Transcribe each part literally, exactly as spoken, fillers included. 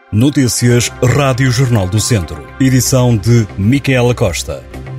Notícias Rádio Jornal do Centro. Edição de Micaela Costa.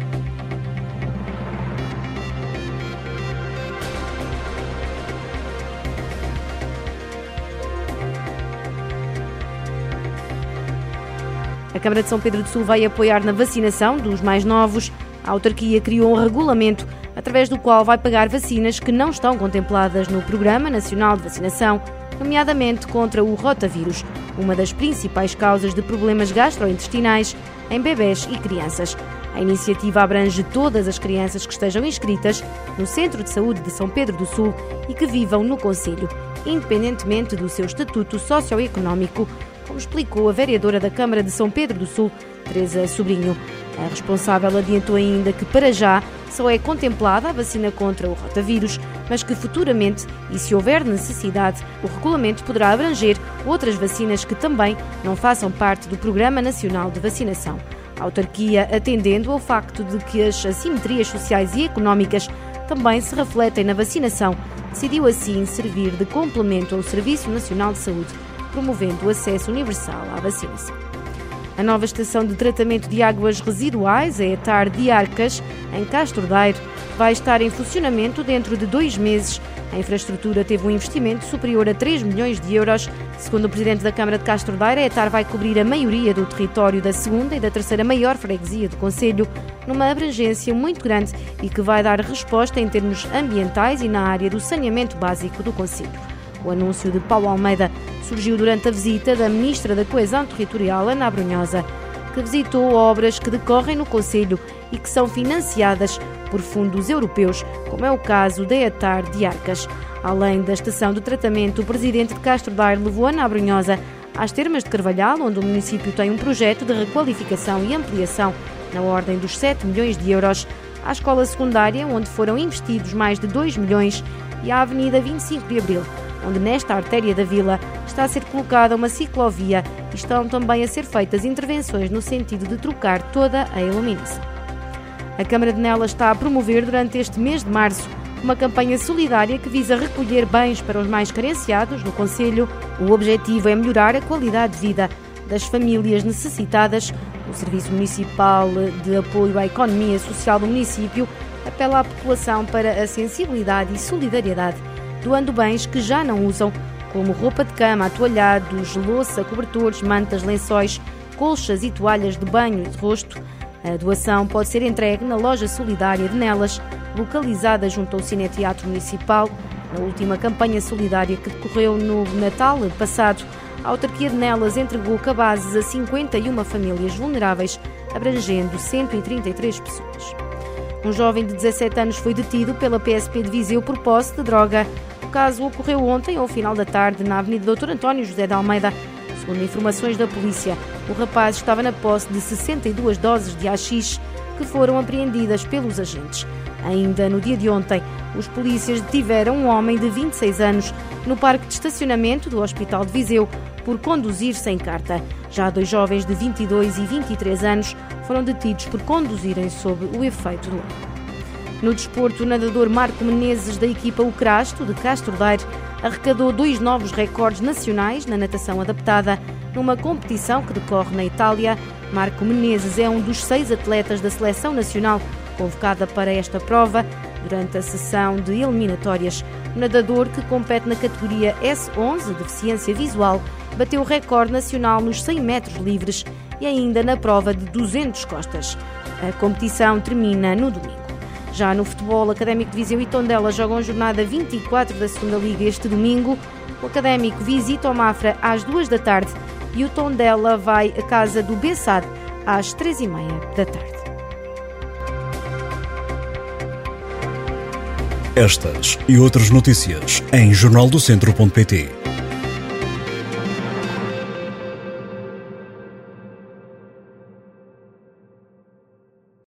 A Câmara de São Pedro do Sul vai apoiar na vacinação dos mais novos. A autarquia criou um regulamento através do qual vai pagar vacinas que não estão contempladas no Programa Nacional de Vacinação, nomeadamente contra o rotavírus, uma das principais causas de problemas gastrointestinais em bebés e crianças. A iniciativa abrange todas as crianças que estejam inscritas no Centro de Saúde de São Pedro do Sul e que vivam no concelho, independentemente do seu estatuto socioeconómico, como explicou a vereadora da Câmara de São Pedro do Sul, Teresa Sobrinho. A responsável adiantou ainda que, para já, só é contemplada a vacina contra o rotavírus, mas que futuramente, e se houver necessidade, o regulamento poderá abranger outras vacinas que também não façam parte do Programa Nacional de Vacinação. A autarquia, atendendo ao facto de que as assimetrias sociais e económicas também se refletem na vacinação, decidiu assim servir de complemento ao Serviço Nacional de Saúde, promovendo o acesso universal à vacinação. A nova estação de tratamento de águas residuais, a ETAR de Arcas, em Castro Daire, vai estar em funcionamento dentro de dois meses. A infraestrutura teve um investimento superior a três milhões de euros. Segundo o presidente da Câmara de Castro Daire, a ETAR vai cobrir a maioria do território da segunda e da terceira maior freguesia do concelho, numa abrangência muito grande e que vai dar resposta em termos ambientais e na área do saneamento básico do concelho. O anúncio de Paulo Almeida surgiu durante a visita da Ministra da Coesão Territorial, Ana Abrunhosa, que visitou obras que decorrem no concelho e que são financiadas por fundos europeus, como é o caso da ETAR de Arcas. Além da estação de tratamento, o presidente de Castro Daire levou Ana Abrunhosa às Termas de Carvalhal, onde o município tem um projeto de requalificação e ampliação na ordem dos sete milhões de euros, à escola secundária, onde foram investidos mais de dois milhões, e à Avenida vinte e cinco de Abril, onde nesta artéria da vila está a ser colocada uma ciclovia e estão também a ser feitas intervenções no sentido de trocar toda a iluminação. A Câmara de Nelas está a promover durante este mês de março uma campanha solidária que visa recolher bens para os mais carenciados no concelho. O objetivo é melhorar a qualidade de vida das famílias necessitadas. O Serviço Municipal de Apoio à Economia Social do município apela à população para a sensibilidade e solidariedade, doando bens que já não usam, como roupa de cama, atoalhados, louça, cobertores, mantas, lençóis, colchas e toalhas de banho e de rosto. A doação pode ser entregue na loja solidária de Nelas, localizada junto ao Cineteatro Municipal. Na última campanha solidária que decorreu no Natal passado, a autarquia de Nelas entregou cabazes a cinquenta e uma famílias vulneráveis, abrangendo cento e trinta e três pessoas. Um jovem de dezassete anos foi detido pela P S P de Viseu por posse de droga. O caso ocorreu ontem, ao final da tarde, na Avenida doutor António José de Almeida. Segundo informações da polícia, o rapaz estava na posse de sessenta e duas doses de haxixe que foram apreendidas pelos agentes. Ainda no dia de ontem, os polícias detiveram um homem de vinte e seis anos no parque de estacionamento do Hospital de Viseu por conduzir sem carta. Já dois jovens de vinte e dois e vinte e três anos foram detidos por conduzirem sob o efeito do álcool. No desporto, o nadador Marco Menezes, da equipa O Crasto, de Castro Daire, arrecadou dois novos recordes nacionais na natação adaptada numa competição que decorre na Itália. Marco Menezes é um dos seis atletas da seleção nacional convocada para esta prova. Durante a sessão de eliminatórias, o nadador, que compete na categoria S onze, deficiência visual, bateu o recorde nacional nos cem metros livres e ainda na prova de duzentos costas. A competição termina no domingo. Já no futebol, Académico de Viseu e Tondela jogam jornada vinte e quatro da segunda Liga este domingo. O Académico visita o Mafra às duas da tarde e o Tondela vai à casa do Bessade às três e meia da tarde. Estas e outras notícias em jornal do centro ponto pt.